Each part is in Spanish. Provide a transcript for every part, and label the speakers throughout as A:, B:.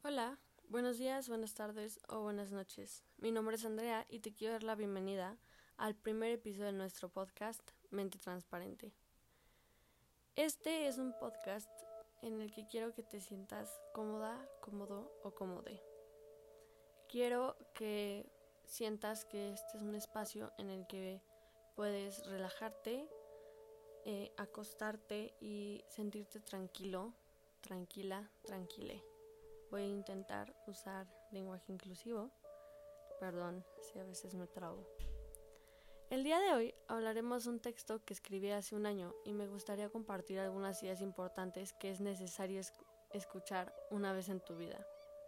A: Hola, buenos días, buenas tardes o buenas noches. Mi nombre es Andrea y te quiero dar la bienvenida al primer episodio de nuestro podcast Mente Transparente. Este es un podcast en el que quiero que te sientas cómoda, cómodo o cómode. Quiero que sientas que este es un espacio en el que puedes relajarte, acostarte y sentirte tranquilo, tranquila, tranquile. Voy a intentar usar lenguaje inclusivo. Perdón si a veces me trabo. El día de hoy hablaremos de un texto que escribí hace un año y me gustaría compartir algunas ideas importantes que es necesario escuchar una vez en tu vida.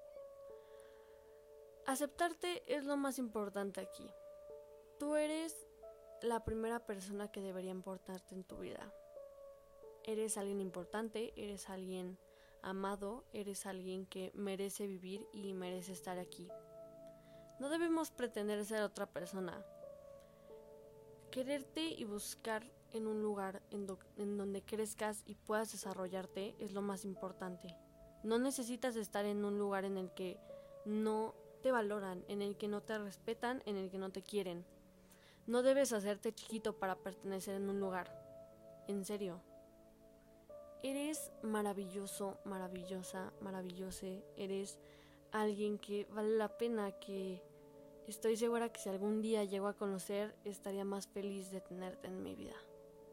A: Aceptarte es lo más importante aquí. Tú eres la primera persona que debería importarte en tu vida. Eres alguien importante, eres alguien amado, eres alguien que merece vivir y merece estar aquí. No debemos pretender ser otra persona. Quererte y buscar en un lugar en donde crezcas y puedas desarrollarte es lo más importante. No necesitas estar en un lugar en el que no te valoran, en el que no te respetan, en el que no te quieren. No debes hacerte chiquito para pertenecer en un lugar. En serio. Eres maravilloso, maravillosa, maravillose. Eres alguien que vale la pena, que estoy segura que si algún día llego a conocer, estaría más feliz de tenerte en mi vida.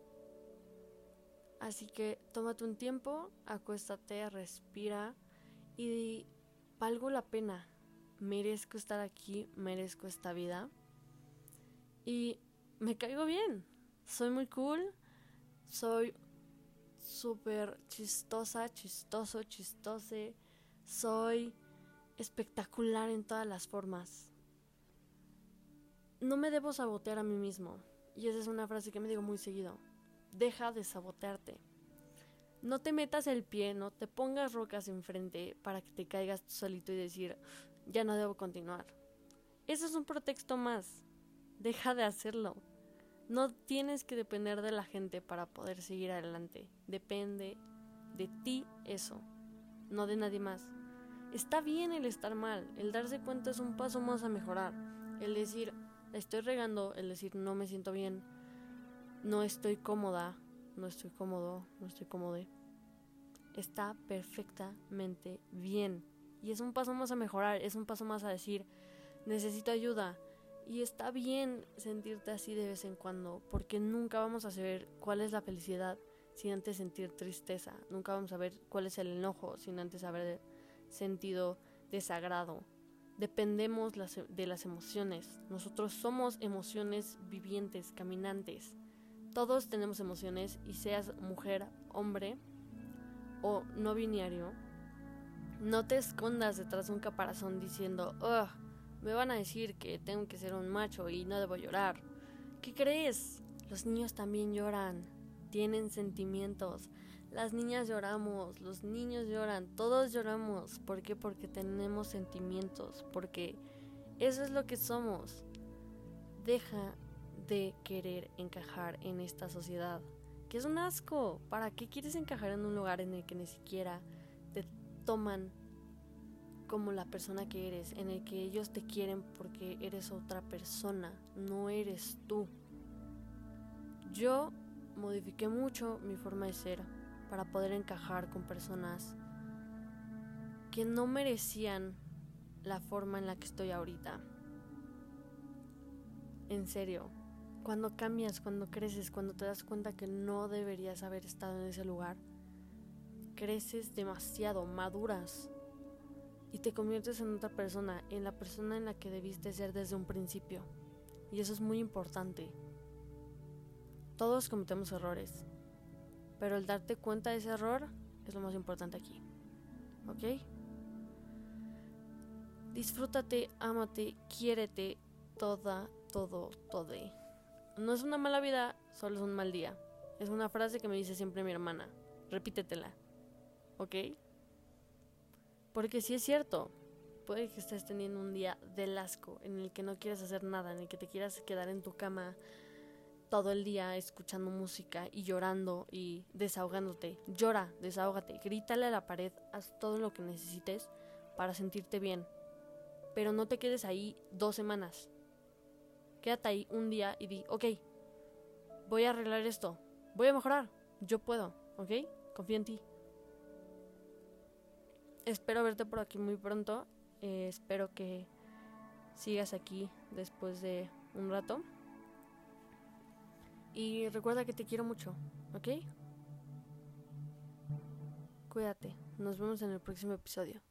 A: Así que tómate un tiempo, acuéstate, respira y valgo la pena. Merezco estar aquí, merezco esta vida. Y me caigo bien. Soy muy cool. Soy súper chistosa, chistoso, chistose. Soy espectacular en todas las formas. No me debo sabotear a mí mismo. Y esa es una frase que me digo muy seguido. Deja de sabotearte. No te metas el pie, no te pongas rocas enfrente para que te caigas tú solito y decir, ya no debo continuar. Eso es un pretexto más. Deja de hacerlo. No tienes que depender de la gente para poder seguir adelante. Depende de ti eso, no de nadie más. Está bien el estar mal, el darse cuenta es un paso más a mejorar. El decir, la estoy regando, el decir, no me siento bien, no estoy cómoda, no estoy cómodo, no estoy cómode. Está perfectamente bien. Y es un paso más a mejorar, es un paso más a decir, necesito ayuda. Y está bien sentirte así de vez en cuando, porque nunca vamos a saber cuál es la felicidad sin antes sentir tristeza. Nunca vamos a ver cuál es el enojo sin antes haber sentido desagrado. Dependemos de las emociones. Nosotros somos emociones vivientes, caminantes. Todos tenemos emociones y seas mujer, hombre o no binario, no te escondas detrás de un caparazón diciendo, ugh, me van a decir que tengo que ser un macho y no debo llorar. ¿Qué crees? Los niños también lloran, tienen sentimientos. Las niñas lloramos, los niños lloran, todos lloramos. ¿Por qué? Porque tenemos sentimientos, porque eso es lo que somos. Deja de querer encajar en esta sociedad, que es un asco. ¿Para qué quieres encajar en un lugar en el que ni siquiera te toman como la persona que eres, en el que ellos te quieren porque eres otra persona, no eres tú? Yo modifiqué mucho mi forma de ser para poder encajar con personas que no merecían la forma en la que estoy ahorita. En serio, cuando cambias, cuando creces, cuando te das cuenta que no deberías haber estado en ese lugar, creces demasiado, maduras y te conviertes en otra persona, en la persona en la que debiste ser desde un principio. Y eso es muy importante. Todos cometemos errores, pero el darte cuenta de ese error es lo más importante aquí. ¿Ok? Disfrútate, ámate, quiérete, todo. No es una mala vida, solo es un mal día. Es una frase que me dice siempre mi hermana. Repítetela. ¿Ok? Porque sí es cierto. Puede que estés teniendo un día del asco, en el que no quieres hacer nada, en el que te quieras quedar en tu cama todo el día escuchando música y llorando y desahogándote. Llora, desahógate, grítale a la pared, haz todo lo que necesites, para sentirte bien. Pero no te quedes ahí 2 semanas. Quédate ahí un día y di, ok, voy a arreglar esto, voy a mejorar, yo puedo, ¿ok? Confío en ti. Espero verte por aquí muy pronto. Espero que sigas aquí después de un rato. Y recuerda que te quiero mucho, ¿ok? Cuídate. Nos vemos en el próximo episodio.